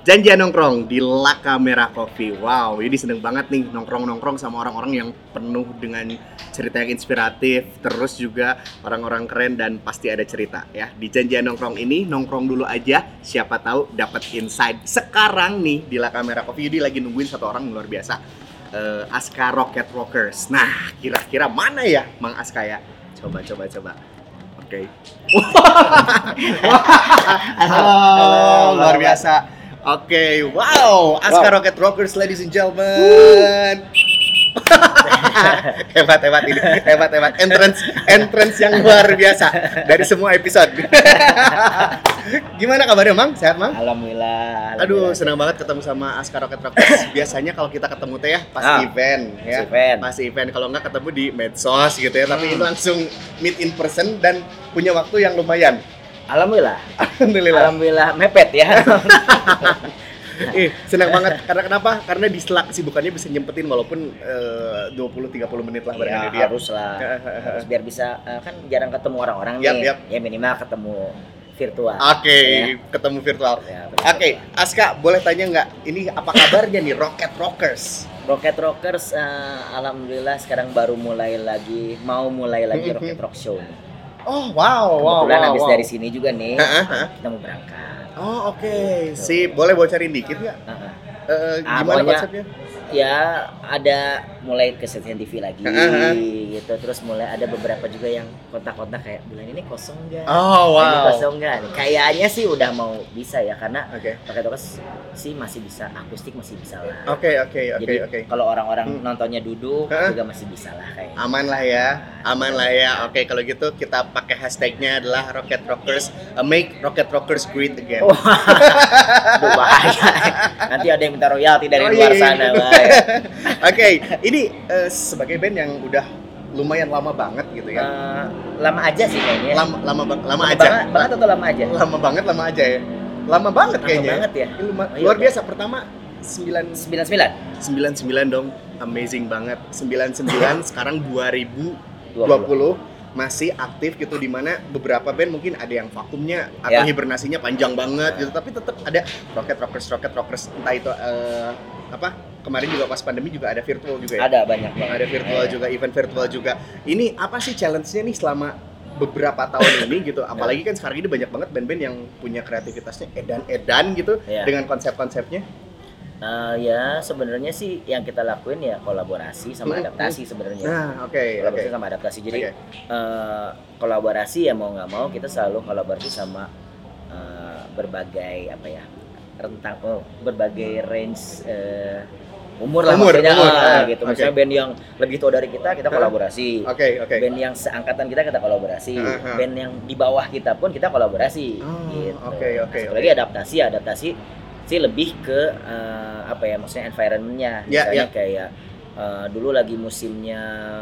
Janjian nongkrong di La Camera Coffee. Wow, ini seneng banget nih nongkrong-nongkrong sama orang-orang yang penuh dengan cerita yang inspiratif, terus juga orang-orang keren dan pasti ada cerita ya. Di Janjian nongkrong ini nongkrong dulu aja, siapa tahu dapat insight. Sekarang nih di La Camera Coffee Yudi lagi nungguin satu orang luar biasa. Aska Rocket Rockers. Nah, kira-kira mana ya Mang Aska ya? Coba. Oke. Halo, luar biasa. Oke, wow, Aska Rocket Rockers, ladies and gentlemen. hebat ini, hebat. Entrance yang luar biasa dari semua episode. Gimana kabarnya, Mang? Sehat, Mang? Alhamdulillah. Aduh, senang banget ketemu sama Aska Rocket Rockers. Biasanya kalau kita ketemu teh ya pas event, ya. Pas event, kalau nggak ketemu di medsos gitu ya. Tapi ini langsung meet in person dan punya waktu yang lumayan. Alhamdulillah mepet ya. Senang banget. Karena kenapa? Karena di sela kesibukannya bisa nyempetin walaupun 20-30 menit lah barangkali dia. Harus biar bisa kan jarang ketemu orang-orang nih. Ya minimal ketemu virtual. Oke, ketemu virtual. Oke, Aska boleh tanya nggak? Ini apa kabarnya nih Rocket Rockers? Rocket Rockers, alhamdulillah sekarang baru mulai lagi Rocket Rock Show nih. Oh wow. Kebetulan habis dari sini juga nih, kita mau berangkat. Oh oke. Sip, boleh bocorin dikit nggak? Gimana konsepnya? Ya ada mulai ke stasiun TV lagi gitu, terus mulai ada beberapa juga yang kontak-kontak kayak bulan ini kosong nggak? Oh wow. Ini kosong nggak? Kayaknya sih udah mau bisa ya karena pakai tokas sih masih bisa, akustik masih bisa lah. Oke. Jadi kalau orang-orang nontonnya duduk juga masih bisa lah kayak. Aman lah ya. Oke, kalau gitu kita pakai hashtagnya adalah Rocket Rockers, make Rocket Rockers great again. Aduh bahaya. Nanti ada yang minta royalti dari luar sana, Oke, ini sebagai band yang udah lumayan lama banget gitu ya. Lama aja sih kayaknya. Lama aja. Banget atau lama aja? Lama banget ya. Lama banget kayaknya. Lama banget ya. Luar biasa. Pertama 99 dong. Amazing banget. 99 sekarang 2020 masih aktif gitu, dimana beberapa band mungkin ada yang vakumnya atau hibernasinya panjang banget gitu, tapi tetap ada Rocket Rockers entah itu kemarin juga pas pandemi juga ada virtual juga ya? Ada banyak banget. Ada virtual juga, event virtual juga. Ini apa sih challenge-nya nih selama beberapa tahun ini gitu? Apalagi kan sekarang ini banyak banget band-band yang punya kreativitasnya edan-edan gitu dengan konsep-konsepnya. Ya sebenarnya sih yang kita lakuin ya kolaborasi sama adaptasi sebenarnya. Kolaborasi sama adaptasi. Jadi kolaborasi ya mau nggak mau kita selalu kolaborasi sama berbagai berbagai range umur lah maksudnya gitu. Misalnya band yang lebih tua dari kita kolaborasi. Band yang seangkatan kita kolaborasi. Band yang di bawah kita pun kita kolaborasi. Gitu. Lagi adaptasi sih lebih ke maksudnya environment-nya. Misalnya kayak dulu lagi musimnya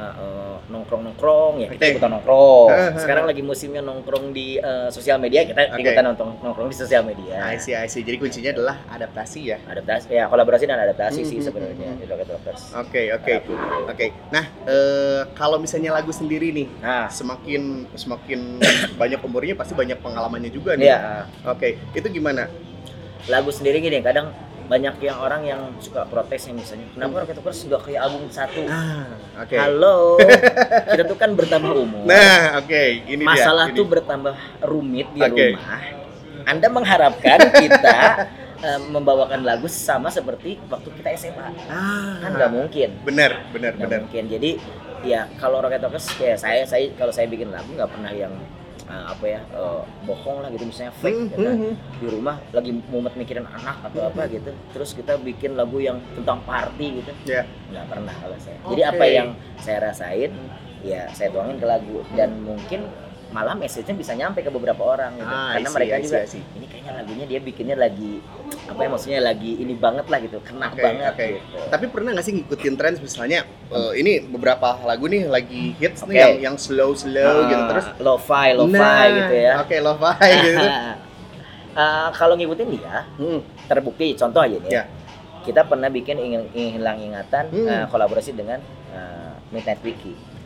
nongkrong ya kita ikutan nongkrong. Sekarang lagi musimnya nongkrong di sosial media, kita ikutan nongkrong di sosial media. I see. Jadi kuncinya adalah adaptasi ya. Adaptasi ya, kolaborasi dan adaptasi sih sebenarnya di Rocket Rockers. Oke. Nah, kalau misalnya lagu sendiri nih, semakin banyak umurnya pasti banyak pengalamannya juga nih. Oke, itu gimana? Lagu sendiri gini, kadang banyak yang orang yang suka protes yang misalnya kenapa Rocket Rockers nggak kayak album 1? Halo, kita tuh kan bertambah umur. Ini masalah tuh bertambah rumit di rumah. Anda mengharapkan kita membawakan lagu sama seperti waktu kita SMA? Kan nggak mungkin. Bener. Mungkin. Jadi ya kalau Rocket Rockers kayak saya kalau saya bikin lagu nggak pernah yang bohong lah gitu, misalnya fake di rumah lagi mumet mikirin anak atau apa gitu, terus kita bikin lagu yang tentang party gitu, nggak pernah kalau saya. Jadi apa yang saya rasain ya saya tuangin ke lagu, dan mungkin malah message-nya bisa nyampe ke beberapa orang gitu. Karena mereka juga ini kayaknya lagunya dia bikinnya lagi maksudnya lagi ini banget lah gitu, kena banget gitu. Tapi pernah nggak sih ngikutin trend misalnya ini beberapa lagu nih lagi hits nih yang slow gitu, terus lo-fi gitu ya. Lo-fi gitu. Kalau ngikutin dia terbukti, contoh aja nih kita pernah bikin ingin hilang ingatan kolaborasi dengan Midnight Wiki.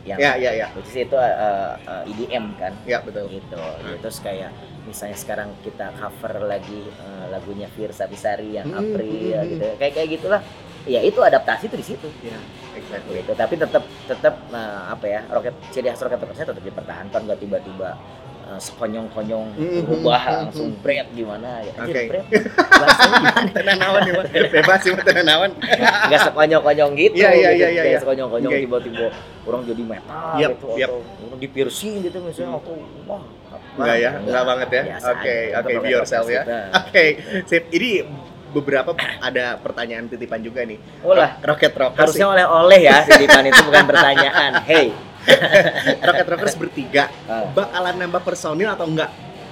yang which is itu EDM kan. Ya betul. Gitu. Terus kayak misalnya sekarang kita cover lagi lagunya Fiersa Besari yang April gitu. Kayak gitulah. Ya itu adaptasi tuh di situ. Ya, exactly. Gitu. Tapi tetap ciri khas Rocket Rockers tetap dipertahankan, nggak tiba-tiba sekonyong-konyong berubah langsung break gimana ya. Oke. Bahasanya gimana? Tenanawan ya, bebas sih tenanawan. Enggak sekonyong-konyong gitu. Iya. Sekonyong-konyong tiba-tiba orang jadi metal gitu atau orang di piercing gitu misalnya atau wah. Enggak banget ya. Oke, be yourself ya. Oke. Sip. Ini beberapa ada pertanyaan titipan juga nih. Rocket Rockers. Harusnya oleh-oleh ya titipan itu bukan pertanyaan. Hey. Rocket Rockers bertiga bakalan nambah personil atau enggak?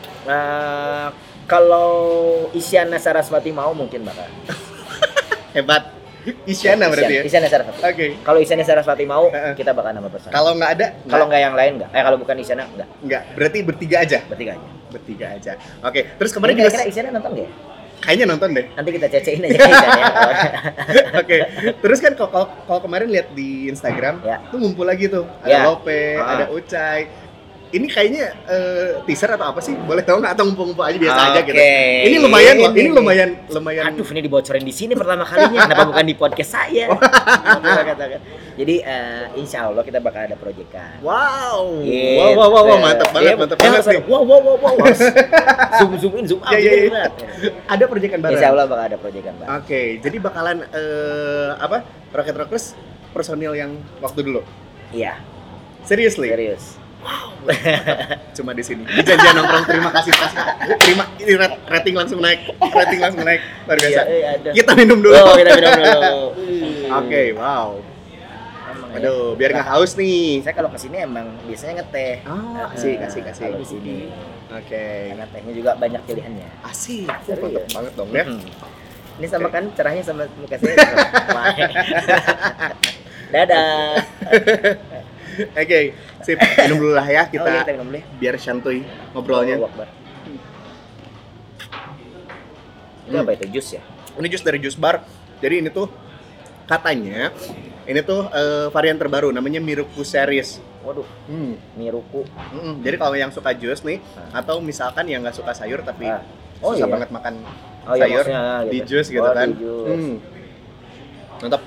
Kalau Isyana Saraswati mau mungkin bakal. Hebat. Isyana berarti ya? Isyana Saraswati. Oke. Kalau Isyana Saraswati mau, kita bakal nambah personil. Kalau nggak ada? Kalau nggak yang lain nggak. Kalau bukan Isyana nggak. Nggak. Berarti bertiga aja? Bertiga aja. Oke. Terus kemarin juga kira-kira Isyana nonton nggak? Kayaknya nonton deh. Nanti kita cecein aja Isyana ya. Oke. Terus kan kalau kemarin lihat di Instagram, tuh ngumpul lagi tuh. Ada Lope, ada Ucai. Ini kayaknya teaser atau apa sih? Boleh tahu nggak atau ngumpul-ngumpul aja biasa aja gitu? Ini lumayan loh. Ini lumayan. Aduh, ini dibocorin di sini pertama kalinya. Kenapa bukan di podcast saya? Jadi insya Allah kita bakal ada proyekan. Wow, mantap banget nih. Wow. Zoom in, zoom out. Ada proyekan baru. Insya Allah bakal ada proyekan baru. Oke, jadi bakalan Rocket Rockers personil yang waktu dulu. Iya. Serius. Wow. Cuma di sini. Di janjian nongkrong terima kasih. Ini rating langsung naik. Luar biasa. Kita minum dulu. Oke, wow. Aduh, biar nggak haus nih. Saya kalau kesini emang biasanya ngeteh. Asik. Kalau di sini. Oke. Karena tehnya juga banyak pilihannya. Asik. Mantap banget dong ya. Ini sama kan cerahnya sama muka saya. Dadah. Oke, sip. Minum dulu lah ya kita minum dulu ya. Biar santuy ngobrolnya. Ini apa itu? Jus ya? Ini jus dari Jus Bar. Jadi ini tuh katanya ini tuh varian terbaru namanya Miruku Series. Waduh. Miruku. Jadi kalau yang suka jus nih atau misalkan yang nggak suka sayur tapi susah banget makan sayur di jus gitu kan. Mantap.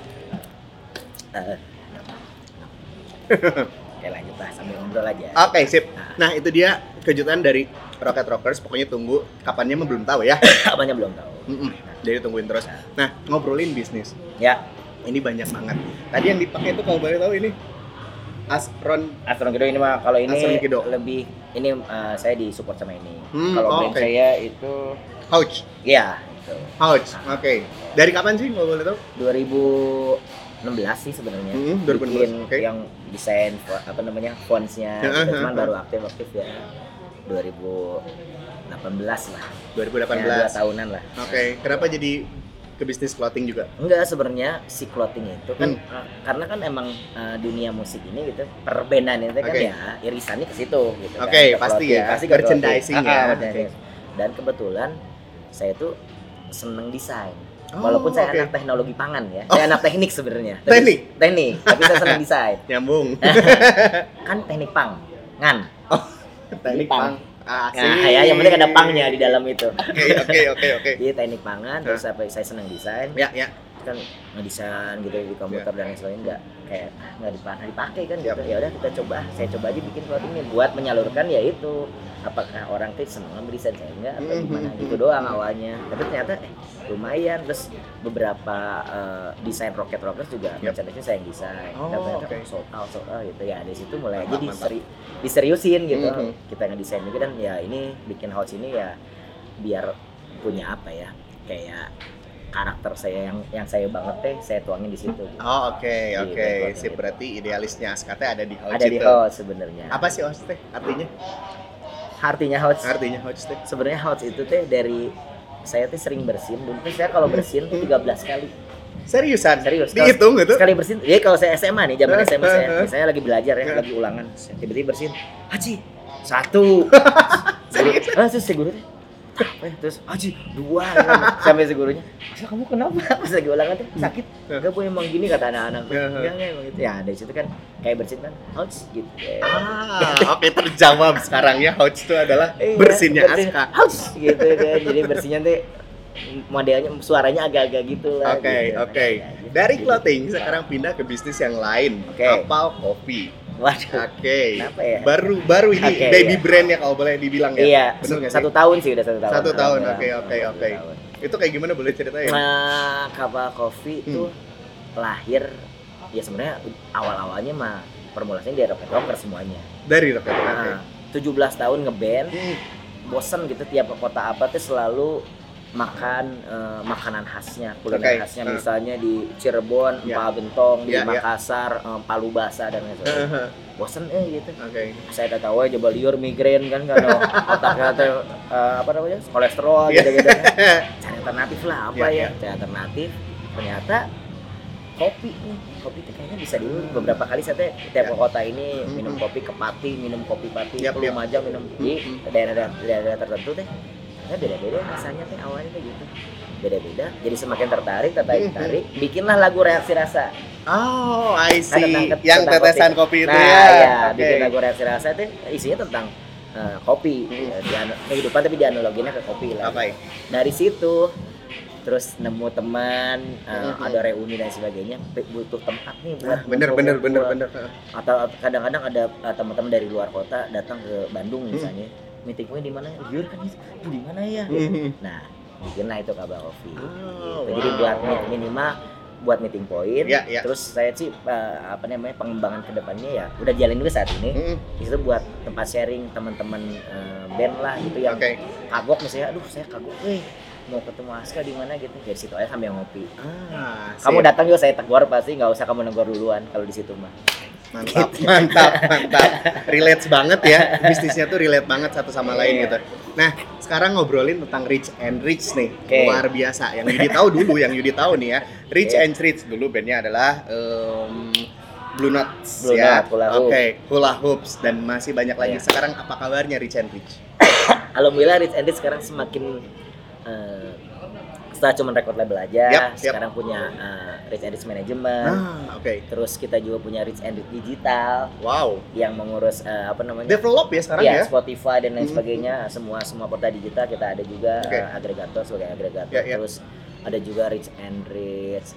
Oke, lanjut lah sambil ngobrol aja. Oke, sip. Nah, itu dia kejutan dari Rocket Rockers. Pokoknya tunggu kapannya mah belum tahu ya. Kapannya belum tahu. Jadi tungguin terus. Nah, ngobrolin bisnis. Ya. Ini banyak banget. Tadi yang dipakai itu kalau boleh tahu ini Astron Kido. Ini mah kalau ini lebih ini saya disupport sama ini. Kalau brand saya itu Houch. Iya, itu. Houch. Oke. Dari kapan sih kalau boleh tahu? 2016 sih sebenarnya. 2016. Yang desain fontsnya cuman baru aktif ya 2018 lah. 2018. Ya, 2 tahunan lah. Oke. Kenapa jadi ke bisnis clothing juga? Enggak, sebenarnya si clothing itu kan karena kan emang dunia musik ini gitu, perbenan itu kan ya irisannya ke situ gitu kan. Pasti ya. Pasti merchandising ya. Dan kebetulan saya tuh seneng desain. Walaupun saya anak teknologi pangan ya. Saya anak teknik sebenarnya. Teknik, tapi saya seneng desain. Nyambung. Kan teknik pangan. Teknik pang. Nah, yang penting ada pangnya di dalam itu. Oke. Jadi teknik pangan, terus saya senang desain. Ya. Kan ngedesain gitu di komputer dan lain-lain nggak dipakai kan gitu. Ya udah saya coba aja bikin clothing ini buat menyalurkan ya itu. Apakah orang tuh senang berdesain saya enggak atau gimana gitu doang awalnya. Tapi ternyata lumayan. Terus beberapa desain Rocket Rockers juga merchandise saya yang desain. Dan ternyata sold out gitu ya. Dari situ mulai aja diseriusin gitu. Kita ngedesain juga dan ya ini bikin house ini ya biar punya apa ya, kayak karakter saya yang saya banget saya tuangin di situ. Oke. Sip, berarti idealisnya Askate ada di house. Ada di house sebenarnya. Apa sih house teh artinya? Artinya house teh. Sebenarnya house itu teh dari saya tuh sering bersin. Mungkin saya kalau bersin tuh 13 kali. Serius. Dihitung gitu. Sekali bersin. Jadi kalau saya SMA nih, zaman SMA saya lagi belajar ya, lagi ulangan. Tiba-tiba bersin. Haji. 1. Terus saya guru teh. Terus Haji 2 gitu. Sampai si gurunya, "Masa kamu kenapa?" Pas lagi ulangan tuh sakit. "Enggak Bu, emang gini," kata anak-anak. Enggak emang gitu. Ya dari situ kan kayak bersin kan, Hauts gitu. Oke, terjawab sekarang ya. Hauts itu adalah bersinnya Aska. Hauts gitu kan. Jadi bersihnya tuh modelnya suaranya agak-agak gitu lah. Oke. Dari clothing sekarang pindah ke bisnis yang lain. Kapal kopi. Waduh. Kenapa ya? Baru ini baby brand ya kalau boleh dibilang ya. Iya. Benar nggak sih? 1 tahun sih, udah 1 tahun. 1 tahun. Oke. Itu kayak gimana, boleh ceritain? Kapal kopi itu lahir ya sebenarnya awal-awalnya mah permulanya dari Rocket Rocker semuanya. Dari Rocket Rocker. 17 tahun ngeband. Bosen gitu tiap ke kota apa tuh selalu makan makanan khasnya, kuliner khasnya, misalnya di Cirebon, empal gentong, di Makassar, palu basah dan lain-lain. Bosen gitu. Saya tahu aja liur migrain kan karena otaknya tuh apa namanya? Kolesterol gitu. Cari alternatif lah Cari alternatif. Ternyata kopi itu kayaknya bisa dulu. Beberapa kali saya tiap ke kota ini minum kopi ke Pati, minum kopi Pati, ke Lumajang, minum di daerah tertentu teh. Beda-beda rasanya teh awalnya kayak gitu. Beda-beda. Jadi semakin tertarik, bikinlah lagu Reaksi Rasa. Oh, I see. Yang tetesan kopi itu ya. Bikin lagu Reaksi Rasa itu isinya tentang kopi. Kehidupan tapi dianaloginya ke kopi lah. Dari situ terus nemu teman, ada reuni dan sebagainya, butuh tempat nih buat bener. Atau kadang-kadang ada teman-teman dari luar kota datang ke Bandung misalnya. Meeting point di mana? Liur kan itu di mana ya? Nah, bikinlah itu Kapal Kopi. Gitu. Jadi buat minimal buat meeting point. Terus saya sih pengembangan kedepannya ya udah jalan juga saat ini. Itu buat tempat sharing teman-teman band lah gitu yang kagok misalnya, aduh saya kagok mau ketemu Aska di mana gitu. Dari situ aja sambil ngopi. Kamu datang juga saya tegur pasti, nggak usah kamu negur duluan kalau di situ mah. Mantap. Relate banget ya, bisnisnya tuh relate banget satu sama lain gitu. Nah, sekarang ngobrolin tentang Rich and Rich nih, luar biasa. Yang Yudi tahu nih ya, Rich and Rich dulu bandnya adalah Blue Notes ya. Hula Hoops dan masih banyak lagi. Sekarang apa kabarnya Rich and Rich? Alhamdulillah Rich and Rich sekarang semakin setelah cuma record label aja, sekarang punya Rich and Rich Management. Terus kita juga punya Rich and Rich Digital. Wow. Yang mengurus develop ya sekarang ya. Spotify dan lain sebagainya, semua portal digital kita ada juga, agregator sebagai agregator. Terus ada juga Rich and Rich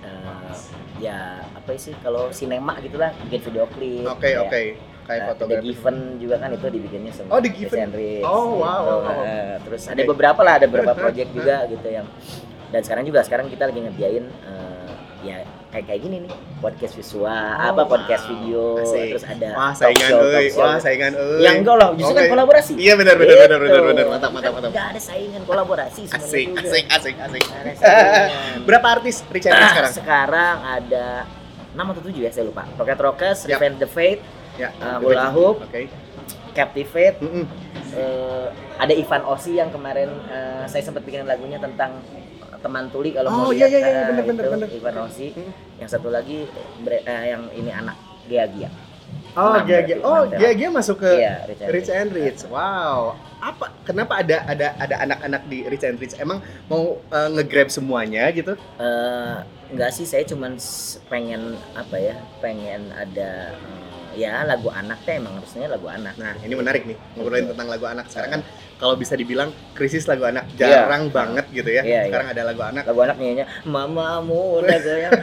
ya apa sih kalau sinema gitulah, bikin video klip. Kayak fotografi. The Given juga kan itu dibikinnya semua. The Given. Wow. Terus ada beberapa project juga gitu yang. Dan sekarang kita lagi ngerjain ya kayak gini nih, podcast visual, podcast video, terus ada saingan. Yang enggak lah, justru kan kolaborasi. Iya benar. Mantap. Enggak ada saingan, kolaborasi semuanya. Asik. Berapa artis Rich and Rich sekarang? Sekarang ada 6 atau 7 ya, saya lupa. Rocket Rockers, Revenge the Fate, Hula Hoop, Captivate. Ada Ivan Osi yang kemarin saya sempat bikin lagunya tentang teman tuli kalau mau lihat. Bener. Ivan Osi. Yang satu lagi yang ini anak Gia. Gia masuk ke Rich and Rich. Wow. Kenapa ada anak-anak di Rich and Rich? Emang mau nge-grab semuanya gitu? Enggak sih, saya cuman pengen ada lagu anak teh, emang harusnya lagu anak. Nah, ini menarik nih, ngobrolin tentang lagu anak. Sekarang kan kalau bisa dibilang krisis lagu anak jarang banget gitu ya. Sekarang ada lagu anak. Lagu anak nyanyinya mamamu udah goyang.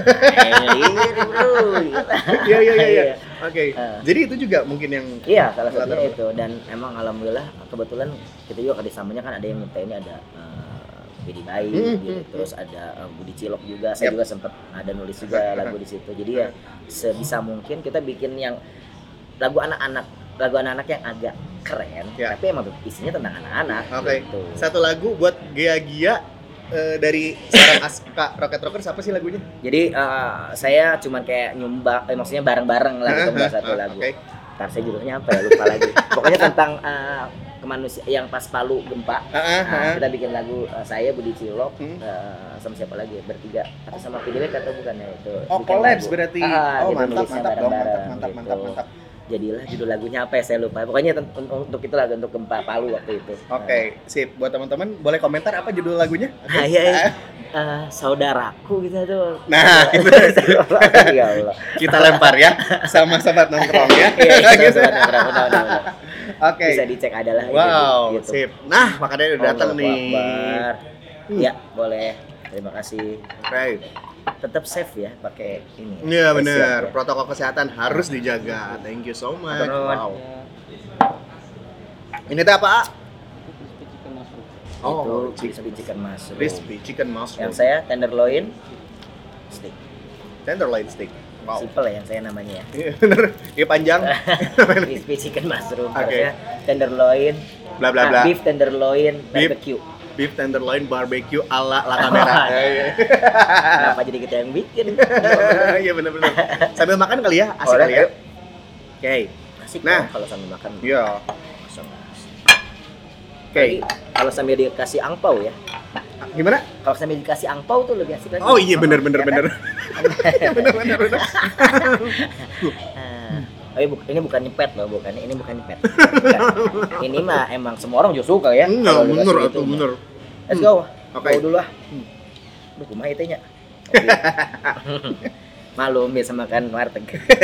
Iya. Jadi itu juga mungkin yang salah satunya itu. Dan emang alhamdulillah kebetulan kita juga kerjasamanya kan ada yang minta ini, ada Bidi Bayi gitu. Terus ada Budi Cilok juga. Saya juga sempat ada nulis juga lagu di situ. Jadi ya sebisa mungkin kita bikin yang lagu anak-anak yang agak keren, tapi emang isinya tentang anak-anak. Gitu. Satu lagu buat Gia dari seorang Aska Rocket Rocker, siapa sih lagunya? Jadi saya cuman kayak nyumbang, maksudnya bareng-bareng lah gitu buat satu lagu. Ntar saya judulnya apa ya, lupa lagi. Pokoknya tentang kemanusiaan yang pas Palu gempa. Kita bikin lagu, saya Budi Cilok sama siapa lagi, bertiga atau sama Pidilek atau bukan ya itu. Collabs berarti. Mantap. jadilah judul lagunya apa ya saya lupa. Pokoknya untuk itu lagu untuk Gempa Palu waktu itu. Oke, sip. Buat teman-teman boleh komentar apa judul lagunya? Iya. Saudaraku gitu tuh. Nah, itu ya Allah. Kita lempar ya sama sobat nongkrong ya. Iya, sobat nongkrong. Oke. Bisa dicek adalah. Wow, gitu. Sip. Nah, makanya udah datang nih. Ya, boleh. Terima kasih. Oke. Tetap safe ya pakai ini. Iya benar. Protokol kesehatan harus dijaga. Thank you so much. Wow. Ini teh apa? Oh, crispy chicken mushroom. Crispy chicken mushroom. Yang saya tenderloin steak. Tenderloin steak. Wow. Simple ya yang saya namanya ya. Iya benar. Ini panjang. Crispy chicken mushroom. Okay. Tenderloin. Bla bla bla. Beef tenderloin barbecue. Beef tenderloin barbecue ala La Camera. Kenapa jadi kita yang bikin? Iya benar-benar. Sambil makan kali ya, asik kali ya. Oke. Asik nah, kalau sambil makan. Iya. Oke. Kalau sambil dikasih angpau ya. Gimana? Kalau sambil dikasih angpau tuh lebih asik lagi. Oh iya benar. Benar. Ini bukan nyepet loh, ini bukan nyepet. Ini mah emang semua orang juga suka ya. Enggak, bener atau bener. Let's go. Oke. Go dulu lah. Duh, kumaha itu nya. Malum biasa makan warteg.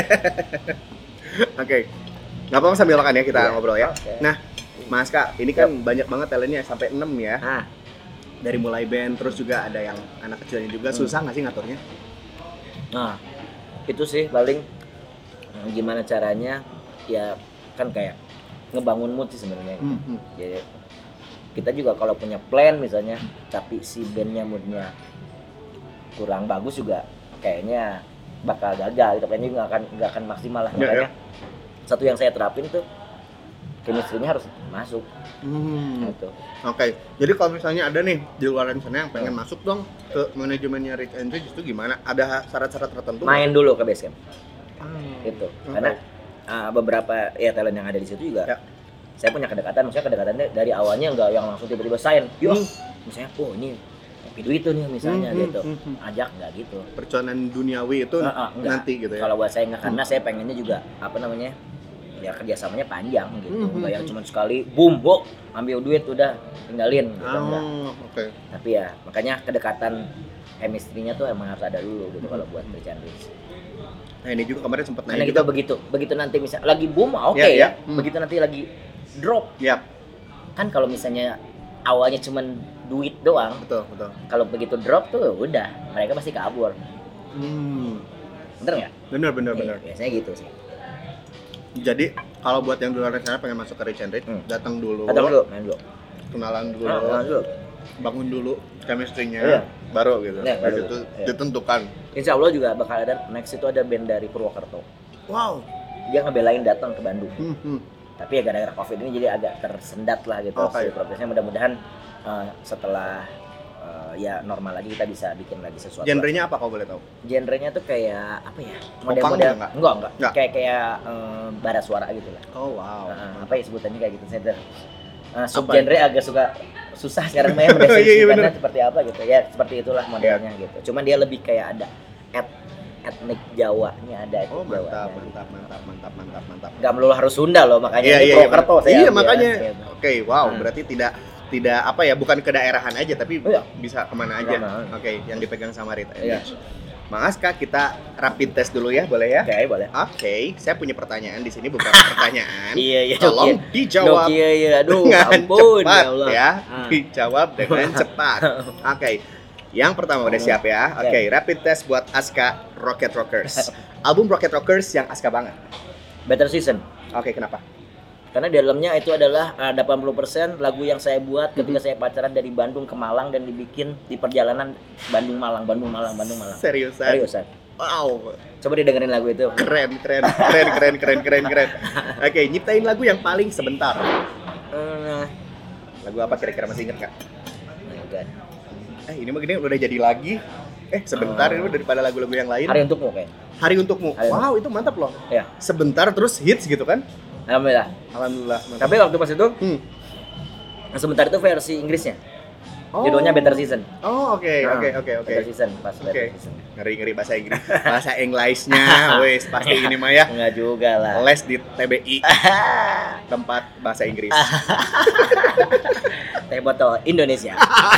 Oke. Enggak apa-apa sambil makan ya kita ngobrol ya. Okay. Nah, Mas Kak, ini kan banyak banget talentnya sampai 6 ya. Nah. Dari mulai band terus juga ada yang anak kecilnya juga. Susah nggak sih ngaturnya? Nah, itu sih paling gimana caranya ya kan kayak ngebangun mood sih sebenarnya. Jadi kita juga kalau punya plan misalnya tapi si bandnya moodnya kurang bagus juga kayaknya bakal gagal gitu, kayaknya nggak akan maksimal lah. Makanya satu yang saya terapin tuh chemistry-nya harus masuk. Gitu. Oke. Jadi kalau misalnya ada nih di luar sana yang pengen masuk dong ke manajemennya Rich and Rich itu gimana? Ada syarat-syarat tertentu? Main dulu ke Basecamp. Gitu. Karena beberapa ya talent yang ada di situ juga saya punya kedekatan, maksudnya kedekatannya dari awalnya nggak yang langsung tiba-tiba sign misalnya ini video itu nih misalnya gitu ajak nggak gitu perjalanan duniawi itu nanti gitu ya. Kalau buat saya nggak, karena saya pengennya juga apa namanya ya kerjasamanya panjang gitu, nggak yang cuma sekali boom ambil duit udah tinggalin gitu enggak. Tapi ya makanya kedekatan chemistry-nya tuh emang harus ada dulu gitu kalau buat bercanda. Nah ini juga kemarin sempat nanya kita begitu nanti misalnya lagi boom ya. Begitu nanti lagi drop kan kalau misalnya awalnya cuman duit doang, betul kalau begitu drop tuh udah mereka pasti kabur. Bener nggak? Bener. Biasanya gitu sih. Jadi kalau buat yang di luar sana pengen masuk ke Rich and Rich, datang dulu, main dulu, kenalan dulu, bangun dulu chemistry-nya, baru gitu. Baru itu ditentukan. Insya Allah juga bakal ada next itu ada band dari Purwokerto. Wow. Dia ngebelain datang ke Bandung. Tapi ya gara-gara COVID ini jadi agak tersendat lah gitu prosesnya. Mudah-mudahan setelah ya normal lagi kita bisa bikin lagi sesuatu. Genrenya apa kalau boleh tahu? Genrenya tuh kayak apa ya? Model-model enggak. Kayak bara suara gitu lah. Oh wow. Apa ya sebutannya kayak gitu saya subgenre agak susah sekarang main mendefinisikannya seperti apa gitu ya, seperti itulah modelnya gitu. Cuman dia lebih kayak ada etnik Jawanya ada etnik Jawanya. Mantap. Gak melulu harus Sunda loh, makanya ini Purwokerto saya. Iya makanya. Oke, wow, berarti tidak apa ya, bukan kedaerahan aja tapi bisa kemana aja. Oke, yang dipegang sama Rita. Mas Kak, kita rapid test dulu ya, boleh ya? Oke, boleh. Oke, saya punya pertanyaan di sini, beberapa pertanyaan. Iya. Tolong dijawab aduh, dengan ampun, cepat ya Allah. Dijawab dengan cepat. Oke. Yang pertama udah siap ya. Oke, rapid test buat Aska Rocket Rockers. Album Rocket Rockers yang Aska banget. Better Season. Oke, kenapa? Karena di dalamnya itu adalah 80% lagu yang saya buat ketika saya pacaran dari Bandung ke Malang dan dibikin di perjalanan Bandung Malang. Seriusan? Wow. Coba didengerin lagu itu. Keren. Oke, nyiptain lagu yang paling sebentar. Lagu apa kira-kira, masih inget nggak? Ini mah gini udah jadi lagi. Sebentar ini daripada lagu-lagu yang lain. Hari Untukmu kayak. Hari Untukmu. Wow, itu mantap loh. Ya. Sebentar terus hits gitu kan? Alhamdulillah. Mantap. Tapi waktu pas itu Sebentar itu versi Inggrisnya. Judulnya Better Season. Oh, oke. Better Season, pas Better Season. Ngeri bahasa Inggris. Bahasa Inggrisnya, wes pasti ini mah ya. Enggak juga lah. Les di TBI. Tempat bahasa Inggris. Teh botol Indonesia.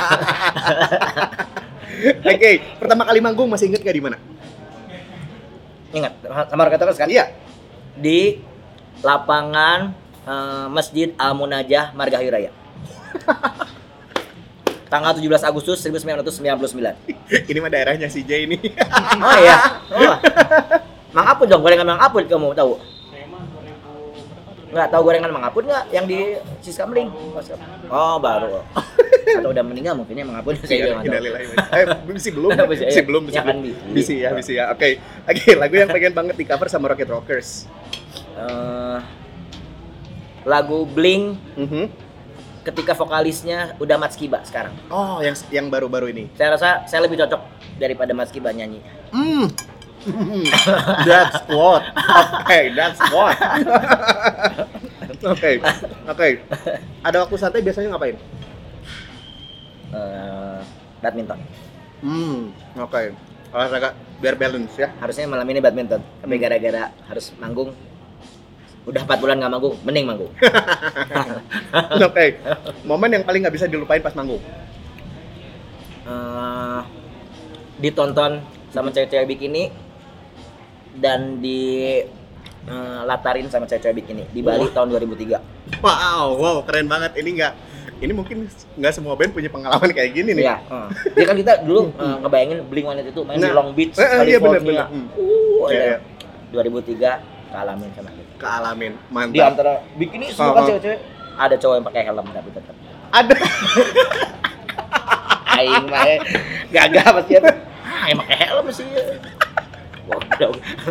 Oke, pertama kali manggung masih inget gak di mana? Ingat sama Rocket Rockers kan? Iya. Di lapangan Masjid Al-Munajah Margahayu Raya. Tanggal 17 Agustus 1999. Ini mah daerahnya si J ini. Oh iya. Oh. Mang Apun dong, gorengan Mang Apun kamu tahu? Enggak tahu gorengan Mang Apun enggak yang di Siskamling? Oh, baru. Atau udah meninggal mungkinnya Mang Apun saya juga enggak tahu. Belum. Bisi ya. Oke, lagu yang pengen banget di cover sama Rocket Rockers. Lagu Blink. Ketika vokalisnya udah Mats Kiba sekarang. Oh, yang baru-baru ini. Saya rasa saya lebih cocok daripada Mats Kiba nyanyi. That's what. That's what. Oke. Ada waktu santai biasanya ngapain? Badminton. Oke. Olahraga biar balance ya. Harusnya malam ini badminton, tapi gara-gara harus manggung. Udah 4 bulan nggak manggung, mending manggung. Oke. Momen yang paling nggak bisa dilupain pas manggung? Ditonton sama cewek-cewek bikini dan di latarin sama cewek-cewek bikini di Bali tahun 2003. Wow, keren banget. Ini mungkin nggak semua band punya pengalaman kayak gini nih. Iya. Dia kan kita dulu ngebayangin Blink-182 itu main di Long Beach, California. Iya. 2003 kealamin sama kita. Kealamin, mantap. Di antara bikini semua kan cewek-cewek, ada cowok yang pakai helm tapi tetap. Ada. Aing mah gagah pasti ada. Yang pakai helm sih. Waduh.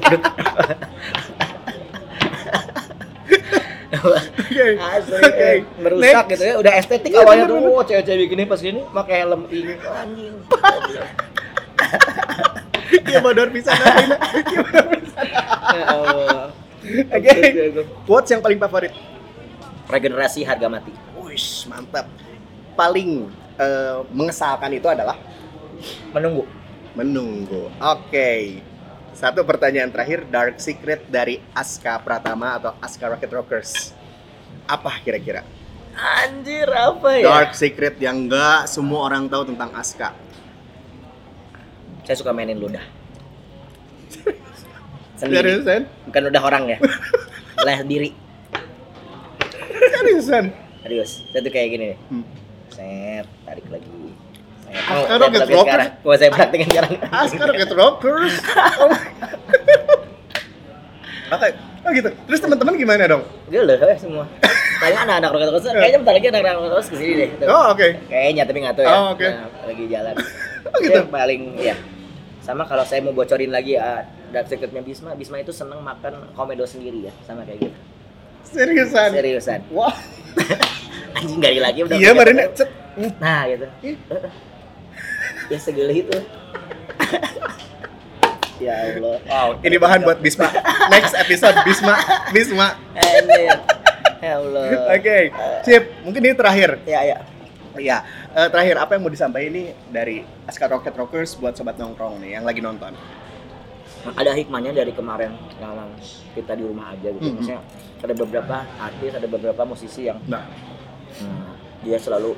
Oke. Merusak gitu ya. Udah estetik awalnya tuh. Cewek-cewek bikini pas gini pakai helm ini anjing. Dia bodor pisan aja. Ya Allah. Oke. Quotes yang paling favorit? Regenerasi harga mati. Wih, mantap. Paling mengesalkan itu adalah menunggu. Oke. Satu pertanyaan terakhir, Dark Secret dari Aska Pratama atau Aska Rocket Rockers. Apa kira-kira? Anjir, apa ya? Dark Secret yang enggak semua orang tahu tentang Aska. Saya suka mainin ludah. Seriusan? Bukan ludah orang ya. Ludah diri. Serius. Saya tuh kayak gini nih. Set, tarik lagi. Aska Rocket Rockers. Mau saya praktekin sekarang. Aska Rocket Rockers. Oke. Oh gitu. Terus teman-teman gimana dong? Gila semua. Kayaknya anak-anak Rocket Rockers. Kayaknya bentar lagi anak-anak Rocket Rockers kesini deh. Oh oke. Kayaknya tapi nggak tahu ya. Oh oke. Nah, lagi jalan. Oh gitu. Paling ya. Sama kalau saya mau bocorin lagi Dark Secretnya Bisma itu seneng makan komedo sendiri ya, sama kayak gitu. Seriusan. Wah. Anjing gari lagi udah. Iya, barunya. Nah, gitu. Ya segeli itu. Ya Allah. Wow, ini bahan buat Bisma. Next episode Bisma. Ya Allah. Oke. Sip, mungkin ini terakhir. Ya. Terakhir apa yang mau disampaikan ini dari Aska Rocket Rockers buat sobat nongkrong nih yang lagi nonton? Ada hikmahnya dari kemarin yang kita di rumah aja gitu. Maksudnya ada beberapa artis, ada beberapa musisi yang dia selalu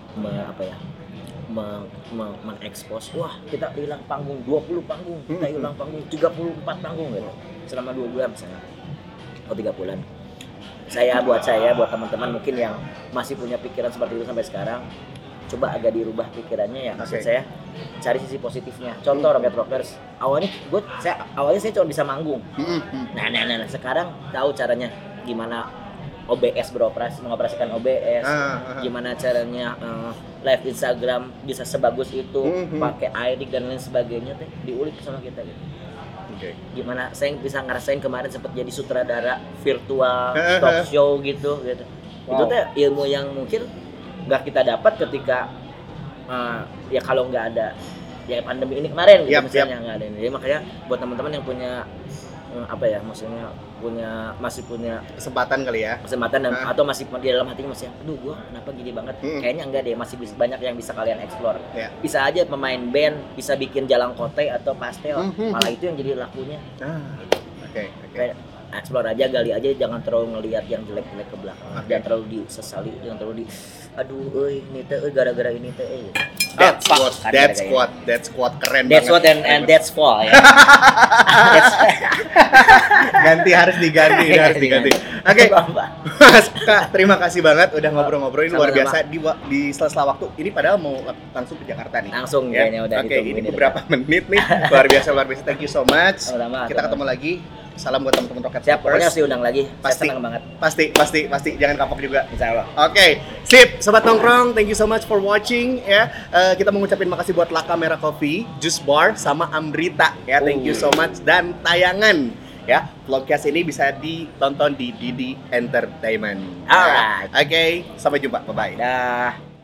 mengekspos, wah kita hilang panggung 20 panggung, kita hilang panggung 34 panggung gitu. Selama 2 bulan misalnya. Atau 3 bulan. Buat teman-teman mungkin yang masih punya pikiran seperti itu sampai sekarang, coba agak dirubah pikirannya ya. Maksud saya cari sisi positifnya. Contoh Rocket Rockers, awalnya saya cuma bisa manggung. Nah, sekarang tahu caranya gimana OBS mengoperasikan OBS, gimana caranya live Instagram bisa sebagus itu, pakai iRig dan lain sebagainya teh diulik sama kita gitu. Gimana saya bisa ngerasain kemarin sempat jadi sutradara virtual talk show gitu. Wow. Itu teh ilmu yang mungkin nggak kita dapat ketika ya kalau nggak ada ya pandemi ini kemarin gitu, misalnya nggak ada ini. Jadi makanya buat teman-teman yang punya apa ya, maksudnya masih punya kesempatan kali ya, dan atau masih di dalam hatinya masih aduh gua kenapa gini banget, kayaknya enggak deh, masih banyak yang bisa kalian explore. Bisa aja pemain band bisa bikin jalan kote atau pastel, malah itu yang jadi lakunya. Oke. Explore aja, gali aja, jangan terlalu ngelihat yang jelek-jelek ke belakang. Jangan terlalu disesali, jangan terlalu aduh ini teh gara-gara ini teh. That's quote keren banget. That's what and that's for ya. harus diganti. Oke. Mas Kak, terima kasih banget udah ngobrol-ngobrol, ini luar biasa di sela-sela waktu. Ini padahal mau langsung ke Jakarta nih. Langsung ya. Udah ini beberapa menit nih. Luar biasa. Thank you so much. Kita ketemu lagi. Salam buat teman-teman Rocket. Siap, pokoknya harus diundang lagi. Pasti senang banget. Pasti. Jangan kapok juga. Insyaallah. Oke, sip. Sobat nongkrong, thank you so much for watching ya. Kita mau ngucapin makasih buat Laka Merah Coffee, Juice Bar sama Amrita ya. Thank you so much, dan tayangan ya. Vlogcast ini bisa ditonton di Didi Entertainment. Alright. Oke, sampai jumpa. Bye-bye. Dah.